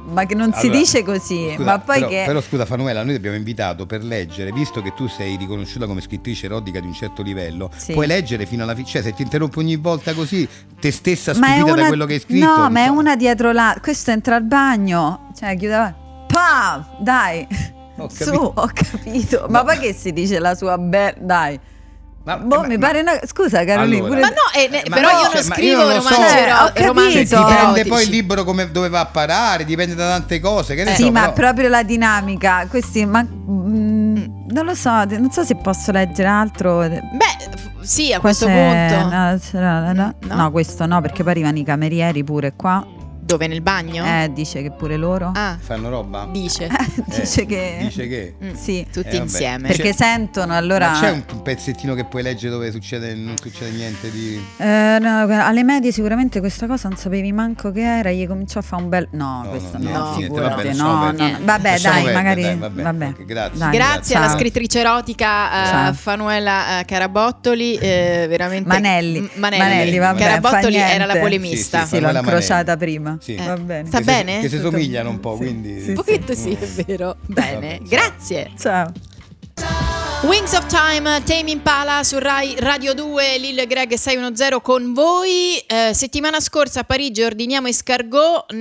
ma che non si dice così. Scusa, ma poi però scusa Fanuela, noi ti abbiamo invitato per leggere, visto che tu sei riconosciuta come scrittrice erotica di un certo livello, puoi leggere fino alla fine, cioè se ti interrompo ogni volta così, te stessa stupita da quello che hai scritto. No, ma è una dietro l'altra. Questo entra al bagno, cioè chiude, pam, dai. Ho capito. Ma poi che si dice la sua dai. Mi pare scusa Carolina, allora, però io non scrivo romanzi dipende poi il libro dove va a parare, dipende da tante cose, che ne so, ma proprio la dinamica questi, non lo so, non so se posso leggere altro. Sì, a questo punto no, questo no, perché poi arrivano i camerieri pure qua. Dove, nel bagno? Dice che pure loro fanno roba? Dice che sì, tutti insieme. Perché sentono, allora. Ma c'è un pezzettino che puoi leggere dove non succede niente di. No, alle medie sicuramente questa cosa non sapevi manco che era. Gli cominciò a fare un bel. Figurate. Vabbè, dai, magari. Vabbè. Grazie alla scrittrice erotica Fanuela Carabottoli. Veramente. Manelli, vabbè. Carabottoli era la polemista. Sì, l'ho incrociata prima. Sì. Va bene. Sta bene? Che si somigliano un po', quindi. Un pochetto sì, è vero. Bene, grazie. Ciao. Wings of Time, Tame Impala su Rai Radio 2, Lil Greg 610 con voi. Settimana scorsa a Parigi ordiniamo escargot,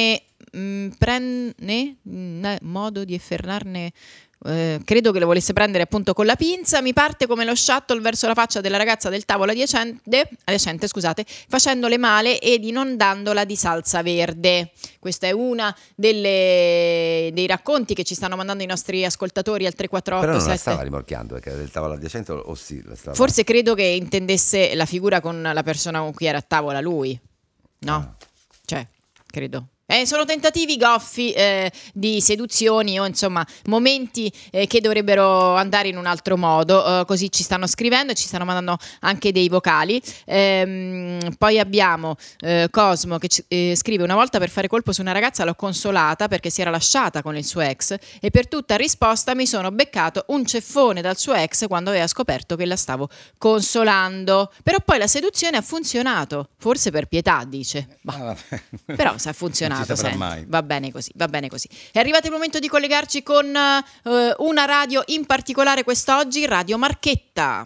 modo di effernarne. Credo che lo volesse prendere appunto con la pinza. Mi parte come lo shuttle verso la faccia della ragazza del tavolo adiacente, facendole male ed inondandola di salsa verde. Questa è una dei racconti che ci stanno mandando i nostri ascoltatori al 348. Però non la stava rimorchiando perché era del tavolo adiacente o sì? La stava... Forse credo che intendesse la figura con la persona con cui era a tavola lui. No? Cioè, credo. Sono tentativi goffi di seduzioni o insomma momenti che dovrebbero andare in un altro modo, così ci stanno scrivendo e ci stanno mandando anche dei vocali. Poi abbiamo Cosmo che scrive: una volta per fare colpo su una ragazza l'ho consolata perché si era lasciata con il suo ex e per tutta risposta mi sono beccato un ceffone dal suo ex quando aveva scoperto che la stavo consolando, però poi la seduzione ha funzionato, forse per pietà, dice. Però se ha funzionato va bene così. È arrivato il momento di collegarci con una radio in particolare quest'oggi, Radio Marchetta.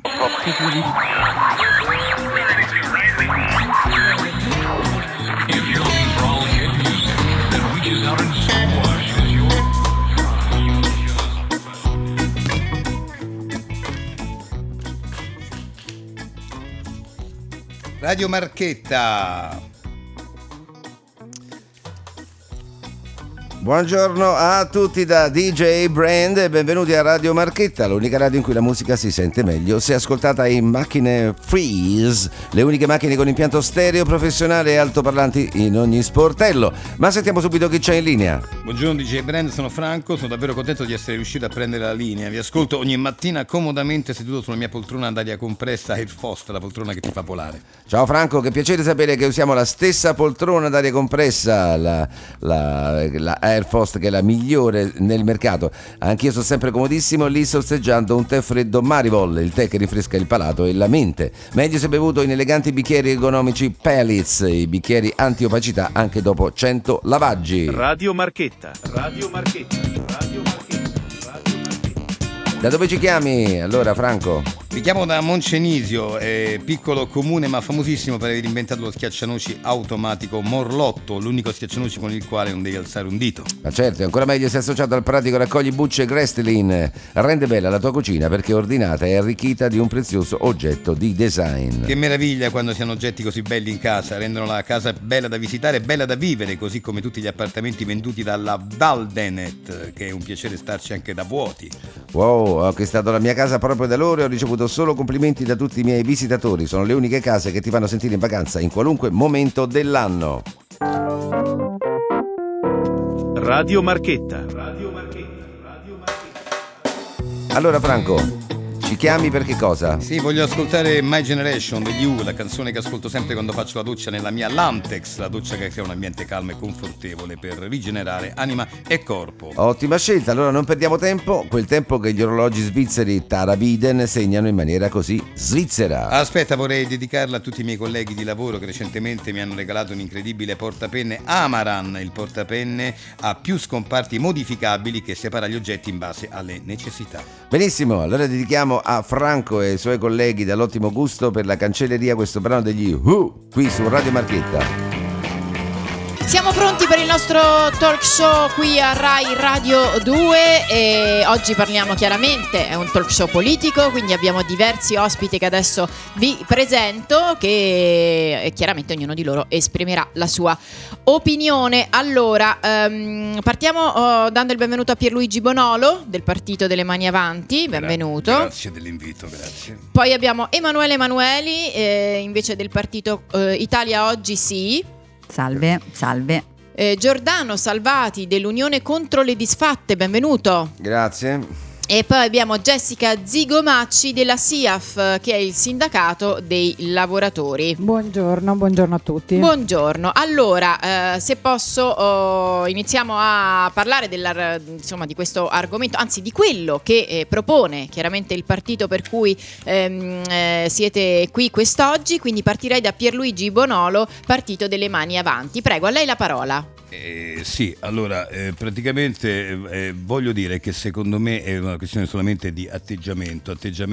Radio Marchetta. Buongiorno a tutti da DJ Brand e benvenuti a Radio Marchetta, l'unica radio in cui la musica si sente meglio se ascoltata in macchine Freeze, le uniche macchine con impianto stereo professionale e altoparlanti in ogni sportello. Ma sentiamo subito chi c'è in linea. Buongiorno DJ Brand, sono Franco, sono davvero contento di essere riuscito a prendere la linea. Vi ascolto ogni mattina comodamente seduto sulla mia poltrona ad aria compressa Air Force, la poltrona che ti fa volare. Ciao Franco, che piacere sapere che usiamo la stessa poltrona ad aria compressa, la Air Force, che è la migliore nel mercato. Anch'io sono sempre comodissimo lì sorseggiando un tè freddo Marivol, il tè che rinfresca il palato e la mente. Meglio se bevuto in eleganti bicchieri ergonomici Pellitz, i bicchieri anti-opacità anche dopo 100 lavaggi. Radio Marchetta. Da dove ci chiami allora, Franco? Mi chiamo da Moncenisio, piccolo comune ma famosissimo per aver inventato lo schiaccianoci automatico Morlotto, l'unico schiaccianoci con il quale non devi alzare un dito. Ma certo, è ancora meglio se associato al pratico raccogli bucce Grestlin. Rende bella la tua cucina perché è ordinata e arricchita di un prezioso oggetto di design. Che meraviglia quando si hanno oggetti così belli in casa, rendono la casa bella da visitare e bella da vivere, così come tutti gli appartamenti venduti dalla Valdenet, che è un piacere starci anche da vuoti. Wow, ho acquistato la mia casa proprio da loro e ho ricevuto solo complimenti da tutti i miei visitatori. Sono le uniche case che ti fanno sentire in vacanza in qualunque momento dell'anno. Radio Marchetta. Allora Franco, Ci chiami per che cosa? Sì, voglio ascoltare My Generation degli U, la canzone che ascolto sempre quando faccio la doccia nella mia Lamtex, la doccia che crea un ambiente calmo e confortevole per rigenerare anima e corpo. Ottima scelta, allora non perdiamo tempo, quel tempo che gli orologi svizzeri Tarabiden segnano in maniera così svizzera. Aspetta, vorrei dedicarla a tutti i miei colleghi di lavoro che recentemente mi hanno regalato un incredibile portapenne Amaran. Il portapenne ha più scomparti modificabili che separa gli oggetti in base alle necessità. Benissimo, allora dedichiamo a Franco e ai suoi colleghi dall'Ottimo Gusto per la cancelleria questo brano degli Who, qui su Radio Marchetta. Siamo pronti per il nostro talk show qui a Rai Radio 2 e oggi parliamo chiaramente, è un talk show politico, quindi abbiamo diversi ospiti che adesso vi presento che chiaramente ognuno di loro esprimerà la sua opinione. Allora, partiamo dando il benvenuto a Pierluigi Bonolo del Partito delle Mani Avanti, benvenuto. Grazie dell'invito, grazie. Poi abbiamo Emanuele Emanueli invece del Partito Italia Oggi Sì. Salve. Giordano Salvati dell'Unione contro le disfatte, benvenuto. Grazie. E poi abbiamo Jessica Zigomacci della SIAF, che è il sindacato dei lavoratori. Buongiorno a tutti. Buongiorno. Allora, se posso, iniziamo a parlare di questo argomento, anzi di quello che propone chiaramente il partito per cui siete qui quest'oggi. Quindi partirei da Pierluigi Bonolo, Partito delle Mani Avanti. Prego, a lei la parola. Sì, allora praticamente voglio dire che secondo me è una questione solamente di atteggiamento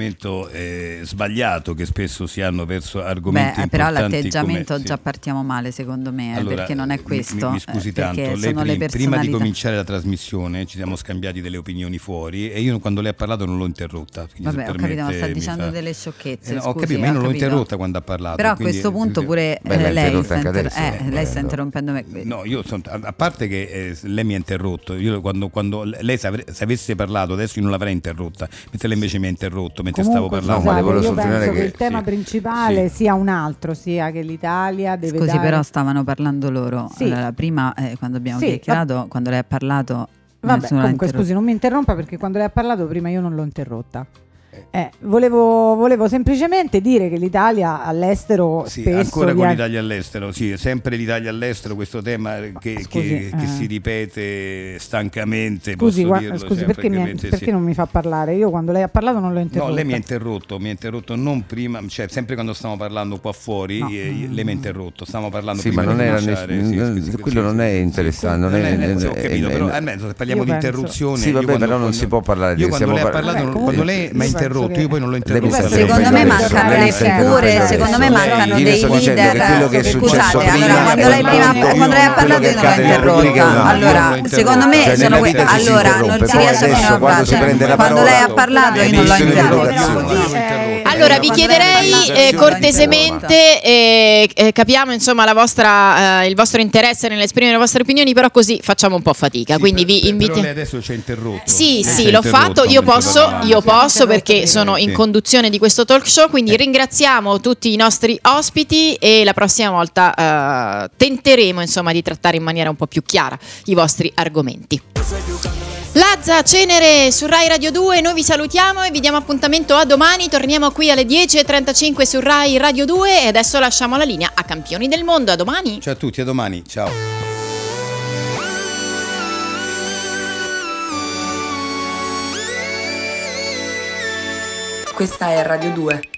sbagliato che spesso si hanno verso argomenti importanti. Però l'atteggiamento come, già partiamo male secondo me, allora, perché non è questo. Mi scusi tanto, lei prima di cominciare la trasmissione ci siamo scambiati delle opinioni fuori e io quando lei ha parlato non l'ho interrotta. Vabbè, ho capito, ma sta dicendo delle sciocchezze. Ho capito, ma io non l'ho interrotta quando ha parlato. Però a questo punto pure lei sta interrompendo me. No, io sono, a parte che lei mi ha interrotto, io quando lei se avesse parlato adesso io non l'avrei interrotta, mentre lei invece mi ha interrotto mentre stavo parlando. Io penso che il tema principale sia un altro, sia che l'Italia deve Scusi, però stavano parlando loro. Sì. Allora, prima quando abbiamo chiacchierato, quando lei ha parlato. Vabbè, comunque scusi, non mi interrompa perché quando lei ha parlato prima io non l'ho interrotta. Volevo semplicemente dire che l'Italia all'estero spesso ancora con l'Italia all'estero, sì, sempre l'Italia all'estero, questo tema che si ripete stancamente. Scusi, perché non mi fa parlare? Io quando lei ha parlato non l'ho interrotto. No, lei mi ha interrotto non prima, cioè sempre quando stavamo parlando qua fuori, lei mi ha interrotto, stavamo parlando prima ma non era quello non è interessante, ho capito, però almeno se parliamo di interruzione. Sì, vabbè, però non si può parlare di quando lei ha parlato, quando lei mi ha interrotto, io poi non l'ho interrotto. Secondo me mancano le figure, secondo me mancano dei leader. Scusate, allora quando lei ha parlato io non l'ho interrotta. Allora, secondo me sono allora non si riesce a fare una frase. Quando lei ha parlato io non l'ho interrotta. Allora vi chiederei cortesemente, capiamo insomma il vostro interesse nell'esprimere le vostre opinioni, però così facciamo un po' fatica, quindi vi invito. Lei adesso ci ha interrotto. Sì, l'ho fatto, io posso perché sono in conduzione di questo talk show, quindi ringraziamo tutti i nostri ospiti e la prossima volta tenteremo insomma di trattare in maniera un po' più chiara i vostri argomenti. Lazza Cenere su Rai Radio 2, noi vi salutiamo e vi diamo appuntamento a domani, torniamo qui alle 10:35 su Rai Radio 2 e adesso lasciamo la linea a Campioni del Mondo, a domani. Ciao a tutti, a domani, ciao. Questa è Radio 2.